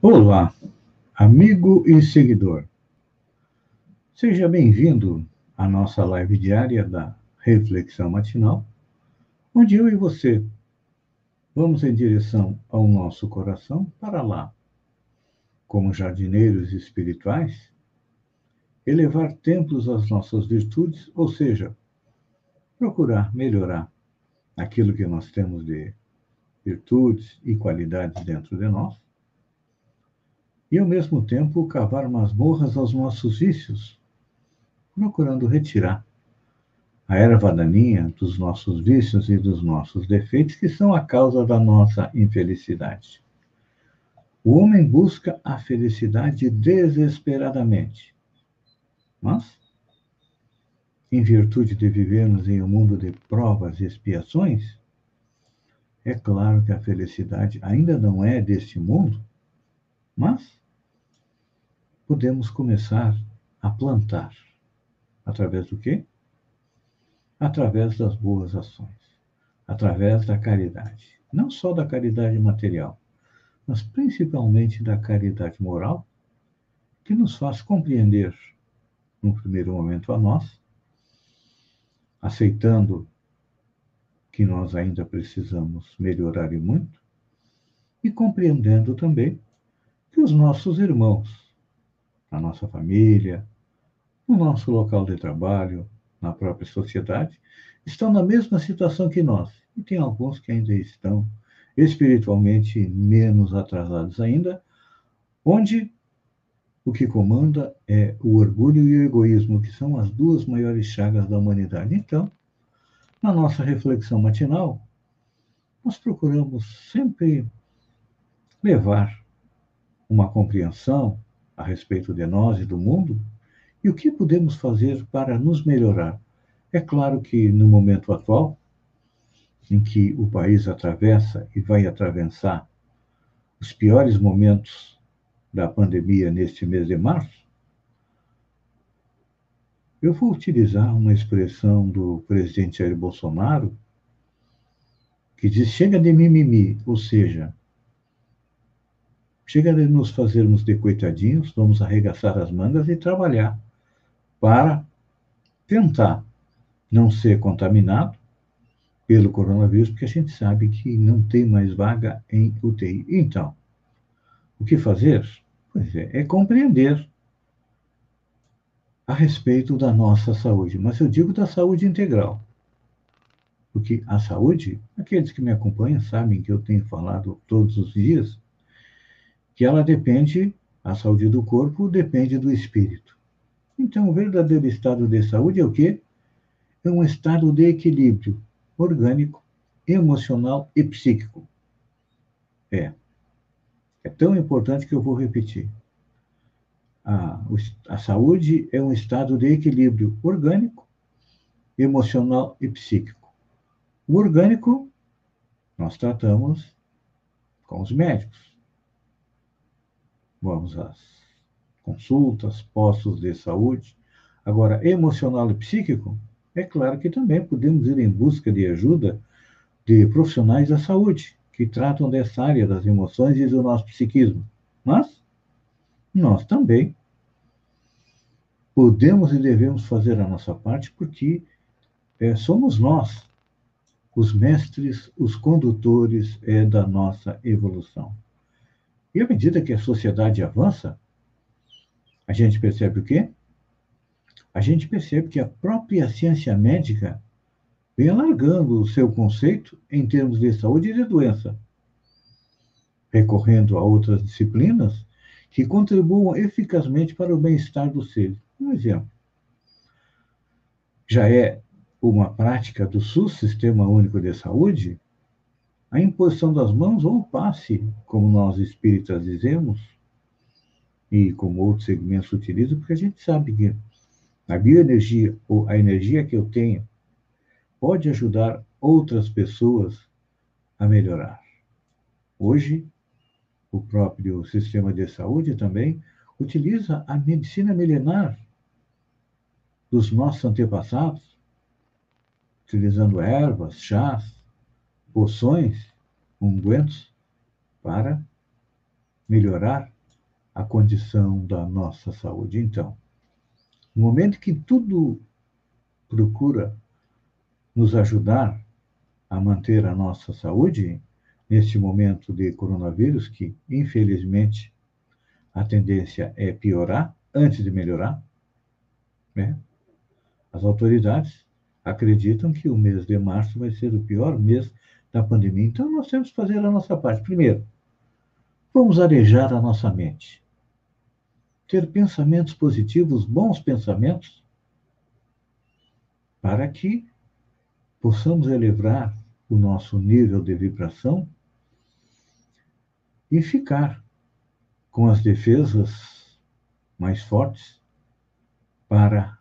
Olá, amigo e seguidor. Seja bem-vindo à nossa live diária da Reflexão Matinal, onde eu e você vamos em direção ao nosso coração para lá, como jardineiros espirituais, elevar templos às nossas virtudes, ou seja, procurar melhorar aquilo que nós temos de virtudes e qualidades dentro de nós, e ao mesmo tempo cavar masmorras aos nossos vícios, procurando retirar a erva daninha dos nossos vícios e dos nossos defeitos, que são a causa da nossa infelicidade. O homem busca a felicidade desesperadamente, mas, em virtude de vivermos em um mundo de provas e expiações, é claro que a felicidade ainda não é deste mundo, mas podemos começar a plantar. Através do quê? Através das boas ações, através da caridade. Não só da caridade material, mas principalmente da caridade moral, que nos faz compreender, num primeiro momento, a nós, aceitando que nós ainda precisamos melhorar e muito, e compreendendo também que os nossos irmãos, a nossa família, no nosso local de trabalho, na própria sociedade, estão na mesma situação que nós. E tem alguns que ainda estão espiritualmente menos atrasados ainda, onde o que comanda é o orgulho e o egoísmo, que são as duas maiores chagas da humanidade. Então, na nossa reflexão matinal, nós procuramos sempre levar uma compreensão a respeito de nós e do mundo e o que podemos fazer para nos melhorar. É claro que no momento atual, em que o país atravessa e vai atravessar os piores momentos da pandemia neste mês de março, eu vou utilizar uma expressão do presidente Jair Bolsonaro, que diz: chega de mimimi, ou seja, chega de nos fazermos de coitadinhos, vamos arregaçar as mangas e trabalhar para tentar não ser contaminado pelo coronavírus, porque a gente sabe que não tem mais vaga em UTI. Então, o que fazer? Pois é compreender a respeito da nossa saúde, mas eu digo da saúde integral, porque a saúde, aqueles que me acompanham sabem que eu tenho falado todos os dias, que ela depende, a saúde do corpo depende do espírito. Então, o verdadeiro estado de saúde é o quê? É um estado de equilíbrio orgânico, emocional e psíquico. É tão importante que eu vou repetir. A saúde é um estado de equilíbrio orgânico, emocional e psíquico. O orgânico, nós tratamos com os médicos. Vamos às consultas, postos de saúde. Agora, emocional e psíquico, é claro que também podemos ir em busca de ajuda de profissionais da saúde, que tratam dessa área das emoções e do nosso psiquismo. Mas nós também podemos e devemos fazer a nossa parte, porque somos nós os mestres, os condutores da nossa evolução. E à medida que a sociedade avança, a gente percebe o quê? A gente percebe que a própria ciência médica vem alargando o seu conceito em termos de saúde e de doença, recorrendo a outras disciplinas que contribuam eficazmente para o bem-estar do ser. Um exemplo. Já é uma prática do SUS, Sistema Único de Saúde, a imposição das mãos ou o passe, como nós espíritas dizemos, e como outros segmentos utilizam, porque a gente sabe que a bioenergia ou a energia que eu tenho pode ajudar outras pessoas a melhorar. Hoje, o próprio sistema de saúde também utiliza a medicina milenar dos nossos antepassados, utilizando ervas, chás, poções, ungüentos, para melhorar a condição da nossa saúde. Então, no momento que tudo procura nos ajudar a manter a nossa saúde, neste momento de coronavírus, que infelizmente a tendência é piorar antes de melhorar, né? As autoridades acreditam que o mês de março vai ser o pior mês da pandemia. Então, nós temos que fazer a nossa parte. Primeiro, vamos arejar a nossa mente. Ter pensamentos positivos, bons pensamentos, para que possamos elevar o nosso nível de vibração e ficar com as defesas mais fortes para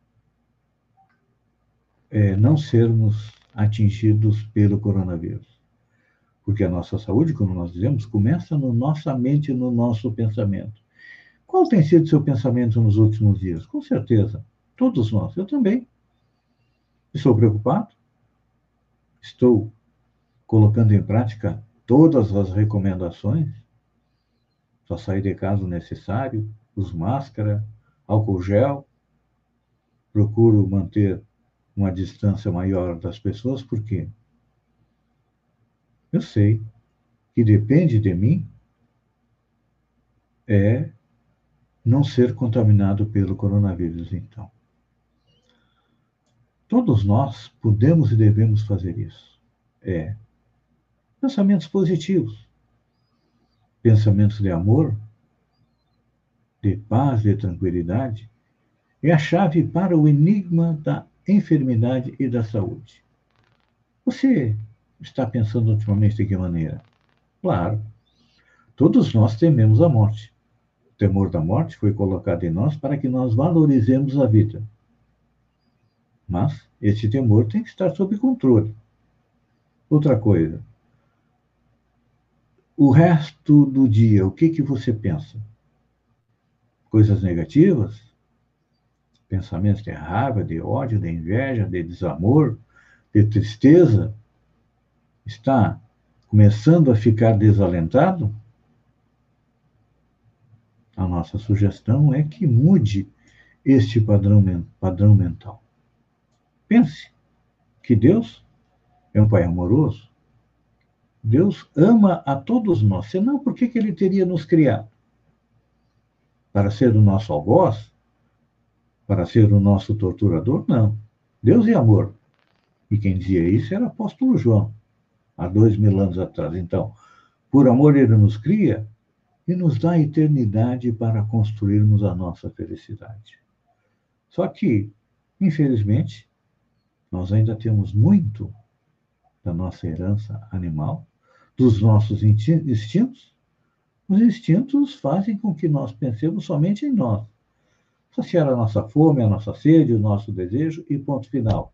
não sermos atingidos pelo coronavírus. Porque a nossa saúde, como nós dizemos, começa na nossa mente, no nosso pensamento. Qual tem sido seu pensamento nos últimos dias? Com certeza, todos nós, eu também. Estou preocupado, estou colocando em prática todas as recomendações, só sair de casa o necessário, uso máscara, álcool gel, procuro manter uma distância maior das pessoas, porque eu sei que depende de mim não ser contaminado pelo coronavírus, então. Todos nós podemos e devemos fazer isso. Pensamentos positivos, pensamentos de amor, de paz, de tranquilidade, é a chave para o enigma da enfermidade e da saúde. Você está pensando ultimamente de que maneira? Claro, todos nós tememos a morte. O temor da morte foi colocado em nós para que nós valorizemos a vida. Mas esse temor tem que estar sob controle. Outra coisa, o resto do dia, o que você pensa? Coisas negativas? Pensamentos de raiva, de ódio, de inveja, de desamor, de tristeza? Está começando a ficar desalentado? A nossa sugestão é que mude este padrão mental. Pense que Deus é um Pai amoroso. Deus ama a todos nós. Senão, por que Ele teria nos criado? Para ser o nosso algoz? Para ser o nosso torturador? Não. Deus é amor. E quem dizia isso era o apóstolo João, há 2000 anos atrás. Então, por amor Ele nos cria e nos dá a eternidade para construirmos a nossa felicidade. Só que, infelizmente, nós ainda temos muito da nossa herança animal, dos nossos instintos. Os instintos fazem com que nós pensemos somente em nós. Saciar a nossa fome, a nossa sede, o nosso desejo e ponto final.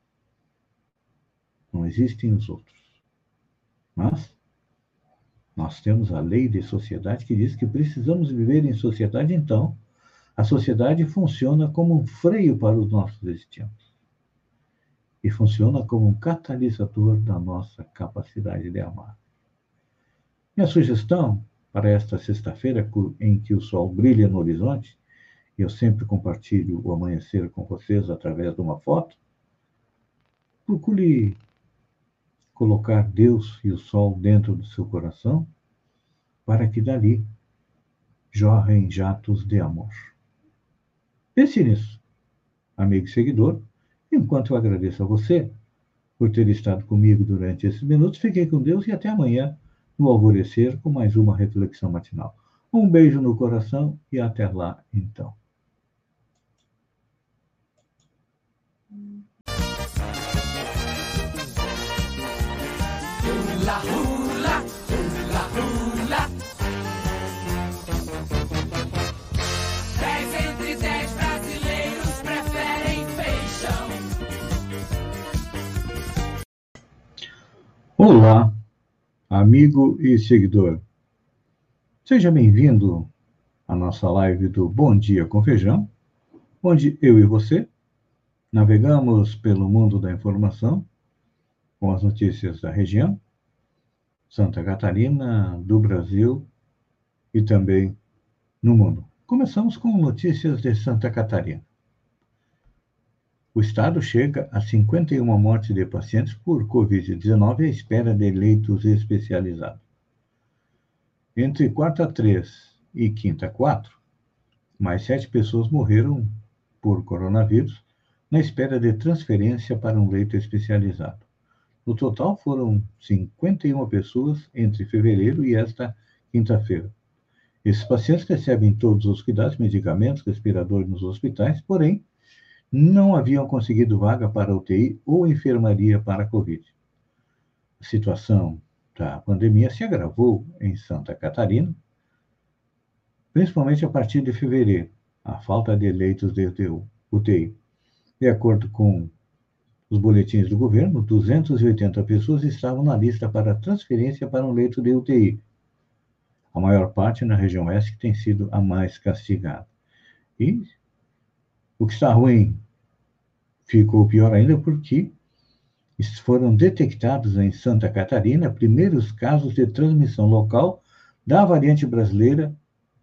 Não existem os outros. Mas nós temos a lei de sociedade que diz que precisamos viver em sociedade, então a sociedade funciona como um freio para os nossos instintos. E funciona como um catalisador da nossa capacidade de amar. Minha sugestão para esta sexta-feira, em que o sol brilha no horizonte, e eu sempre compartilho o amanhecer com vocês através de uma foto, procure colocar Deus e o sol dentro do seu coração, para que dali jorrem jatos de amor. Pense nisso, amigo e seguidor, enquanto eu agradeço a você por ter estado comigo durante esses minutos. Fiquem com Deus e até amanhã, no alvorecer, com mais uma reflexão matinal. Um beijo no coração e até lá, então. Hula, hula, hula, hula. 10 entre 10 brasileiros preferem feijão. Olá, amigo e seguidor. Seja bem-vindo à nossa live do Bom Dia com Feijão, onde eu e você navegamos pelo mundo da informação com as notícias da região, Santa Catarina, do Brasil e também no mundo. Começamos com notícias de Santa Catarina. O estado chega a 51 mortes de pacientes por Covid-19 à espera de leitos especializados. Entre quarta 3 e quinta 4, mais 7 pessoas morreram por coronavírus na espera de transferência para um leito especializado. No total, foram 51 pessoas entre fevereiro e esta quinta-feira. Esses pacientes recebem todos os cuidados, medicamentos, respiradores nos hospitais, porém, não haviam conseguido vaga para UTI ou enfermaria para a Covid. A situação da pandemia se agravou em Santa Catarina, principalmente a partir de fevereiro, a falta de leitos de UTI. De acordo com os boletins do governo, 280 pessoas estavam na lista para transferência para um leito de UTI. A maior parte na região oeste, que tem sido a mais castigada. E o que está ruim ficou pior ainda porque foram detectados em Santa Catarina primeiros casos de transmissão local da variante brasileira.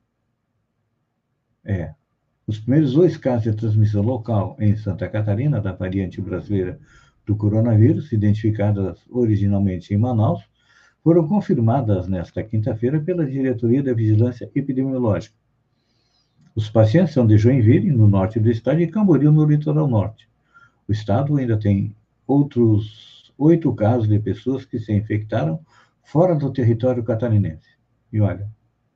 Os primeiros 2 casos de transmissão local em Santa Catarina da variante brasileira do coronavírus, identificadas originalmente em Manaus, foram confirmadas nesta quinta-feira pela Diretoria da Vigilância Epidemiológica. Os pacientes são de Joinville, no norte do estado, e Camboriú, no litoral norte. O estado ainda tem outros 8 casos de pessoas que se infectaram fora do território catarinense. E olha,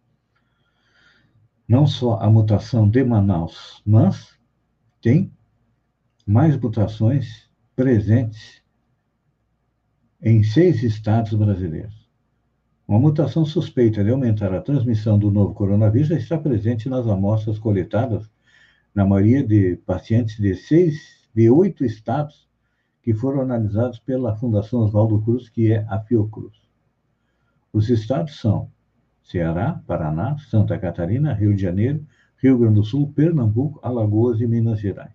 não só a mutação de Manaus, mas tem mais mutações presentes em 6 estados brasileiros. Uma mutação suspeita de aumentar a transmissão do novo coronavírus já está presente nas amostras coletadas na maioria de pacientes de 8 estados que foram analisados pela Fundação Oswaldo Cruz, que é a Fiocruz. Os estados são Ceará, Paraná, Santa Catarina, Rio de Janeiro, Rio Grande do Sul, Pernambuco, Alagoas e Minas Gerais.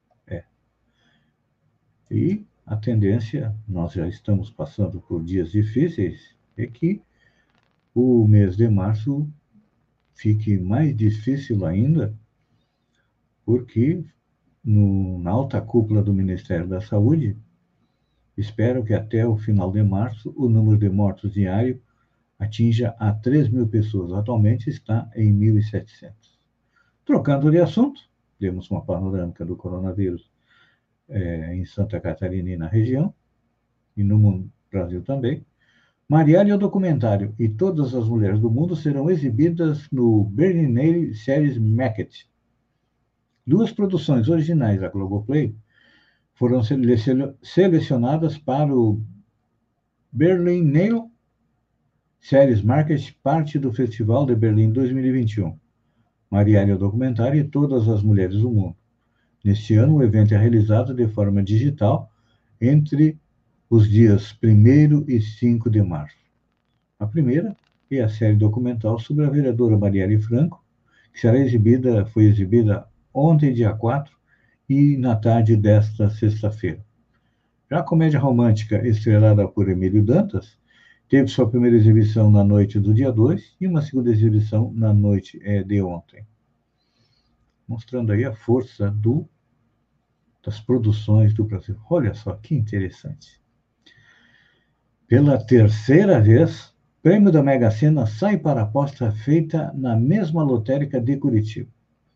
E a tendência, nós já estamos passando por dias difíceis, é que o mês de março fique mais difícil ainda, porque na alta cúpula do Ministério da Saúde, espero que até o final de março o número de mortos diário atinja a 3.000 pessoas. Atualmente está em 1.700. Trocando de assunto, temos uma panorâmica do coronavírus em Santa Catarina e na região, e no Brasil também. Marielle, o documentário e Todas as Mulheres do Mundo serão exibidas no Berlinale Series Market. 2 produções originais da Globoplay foram selecionadas para o Berlinale Series Market, parte do Festival de Berlim 2021. Marielle, o documentário e Todas as Mulheres do Mundo. Neste ano, o evento é realizado de forma digital entre os dias 1º e 5 de março. A primeira é a série documental sobre a vereadora Marielle Franco, que foi exibida ontem, dia 4, e na tarde desta sexta-feira. Já a comédia romântica, estrelada por Emílio Dantas, teve sua primeira exibição na noite do dia 2 e uma segunda exibição na noite de ontem. Mostrando aí a força das produções do Brasil. Olha só que interessante. Pela terceira vez, o prêmio da Mega Sena sai para aposta feita na mesma lotérica de Curitiba.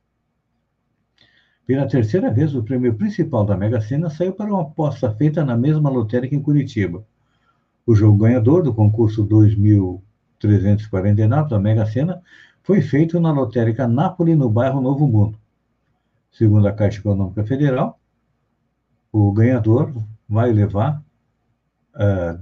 Pela terceira vez, o prêmio principal da Mega Sena saiu para uma aposta feita na mesma lotérica em Curitiba. O jogo ganhador do concurso 2.349 da Mega Sena foi feito na lotérica Nápoles, no bairro Novo Mundo. Segundo a Caixa Econômica Federal, o ganhador vai levar R$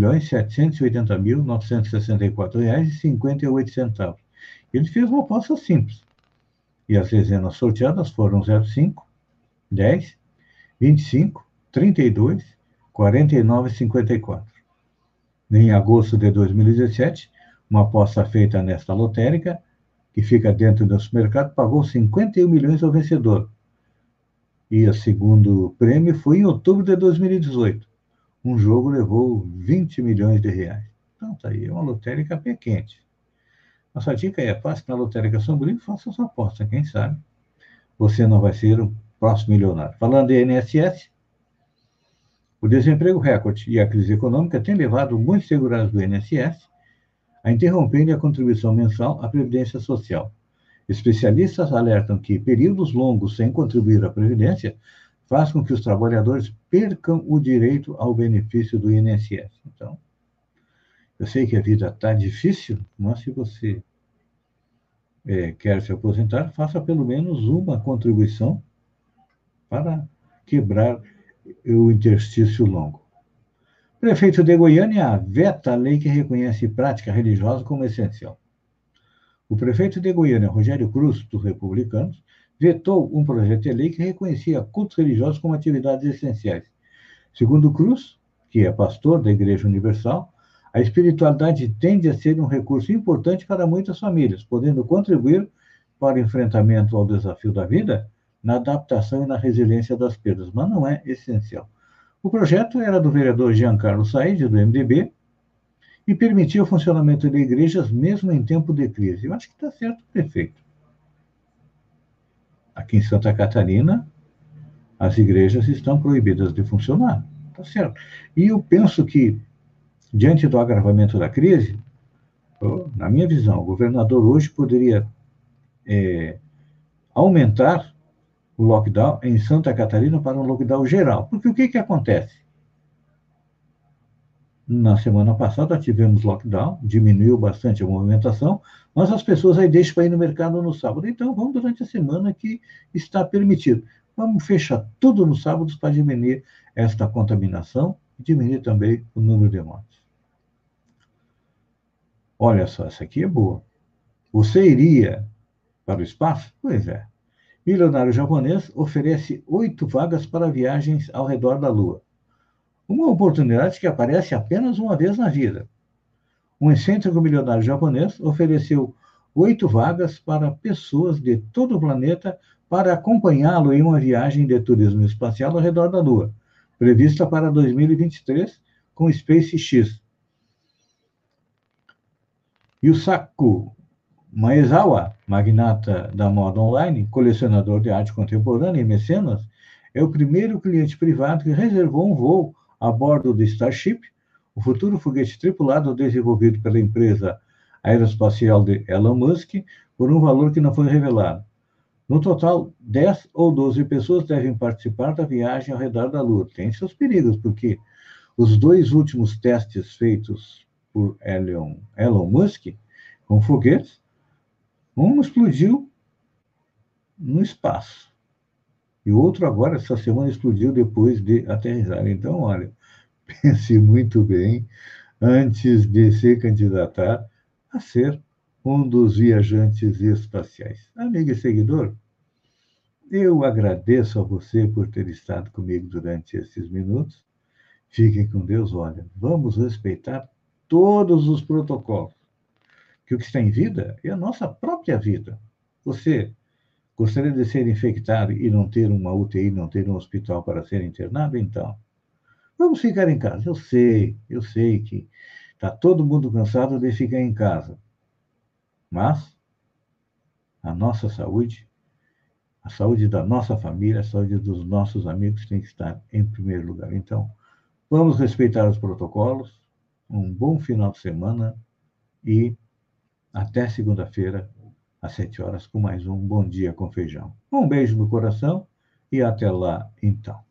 2.780.964,58. Ele fez uma aposta simples. E as dezenas sorteadas foram 05, 10, 25, 32, 49 e 54. Em agosto de 2017, uma aposta feita nesta lotérica, que fica dentro do supermercado, pagou 51 milhões ao vencedor. E o segundo prêmio foi em outubro de 2018. Um jogo levou 20 milhões de reais. Então, tá aí, é uma lotérica pé quente. Nossa dica é: passe na Lotérica Sombrio e faça sua aposta. Quem sabe você não vai ser o próximo milionário. Falando de INSS, o desemprego recorde e a crise econômica têm levado muitos segurados do INSS a interromperem a contribuição mensal à Previdência Social. Especialistas alertam que períodos longos sem contribuir à Previdência faz com que os trabalhadores percam o direito ao benefício do INSS. Então, eu sei que a vida está difícil, mas se você quer se aposentar, faça pelo menos uma contribuição para quebrar o interstício longo. O prefeito de Goiânia veta a lei que reconhece prática religiosa como essencial. O prefeito de Goiânia, Rogério Cruz, dos Republicanos, vetou um projeto de lei que reconhecia cultos religiosos como atividades essenciais. Segundo Cruz, que é pastor da Igreja Universal, a espiritualidade tende a ser um recurso importante para muitas famílias, podendo contribuir para o enfrentamento ao desafio da vida, na adaptação e na resiliência das perdas, mas não é essencial. O projeto era do vereador Giancarlo Said, do MDB, e permitia o funcionamento de igrejas mesmo em tempo de crise. Eu acho que está certo, prefeito. Aqui em Santa Catarina, as igrejas estão proibidas de funcionar. Está certo. E eu penso que, diante do agravamento da crise, na minha visão, o governador hoje poderia aumentar o lockdown em Santa Catarina para um lockdown geral. Porque o que acontece? Na semana passada tivemos lockdown, diminuiu bastante a movimentação, mas as pessoas aí deixam para ir no mercado no sábado. Então, vamos durante a semana que está permitido. Vamos fechar tudo nos sábados para diminuir esta contaminação e diminuir também o número de mortes. Olha só, essa aqui é boa. Você iria para o espaço? Pois é. Milionário japonês oferece 8 vagas para viagens ao redor da Lua. Uma oportunidade que aparece apenas uma vez na vida. Um excêntrico milionário japonês ofereceu 8 vagas para pessoas de todo o planeta para acompanhá-lo em uma viagem de turismo espacial ao redor da Lua, prevista para 2023 com SpaceX. Yusaku Maezawa, magnata da moda online, colecionador de arte contemporânea e mecenas, é o primeiro cliente privado que reservou um voo a bordo do Starship, o futuro foguete tripulado desenvolvido pela empresa aeroespacial de Elon Musk, por um valor que não foi revelado. No total, 10 ou 12 pessoas devem participar da viagem ao redor da Lua. Tem seus perigos, porque os 2 últimos testes feitos por Elon Musk com foguetes, um explodiu no espaço. E o outro agora, essa semana, explodiu depois de aterrissar. Então, olha, pense muito bem antes de se candidatar a ser um dos viajantes espaciais. Amigo e seguidor, eu agradeço a você por ter estado comigo durante esses minutos. Fiquem com Deus. Olha, vamos respeitar todos os protocolos, que o que está em vida é a nossa própria vida. Você gostaria de ser infectado e não ter uma UTI, não ter um hospital para ser internado? Então, vamos ficar em casa. Eu sei que está todo mundo cansado de ficar em casa. Mas a nossa saúde, a saúde da nossa família, a saúde dos nossos amigos tem que estar em primeiro lugar. Então, vamos respeitar os protocolos. Um bom final de semana e até segunda-feira, às 7 horas, com mais um Bom Dia com Feijão. Um beijo no coração e até lá, então.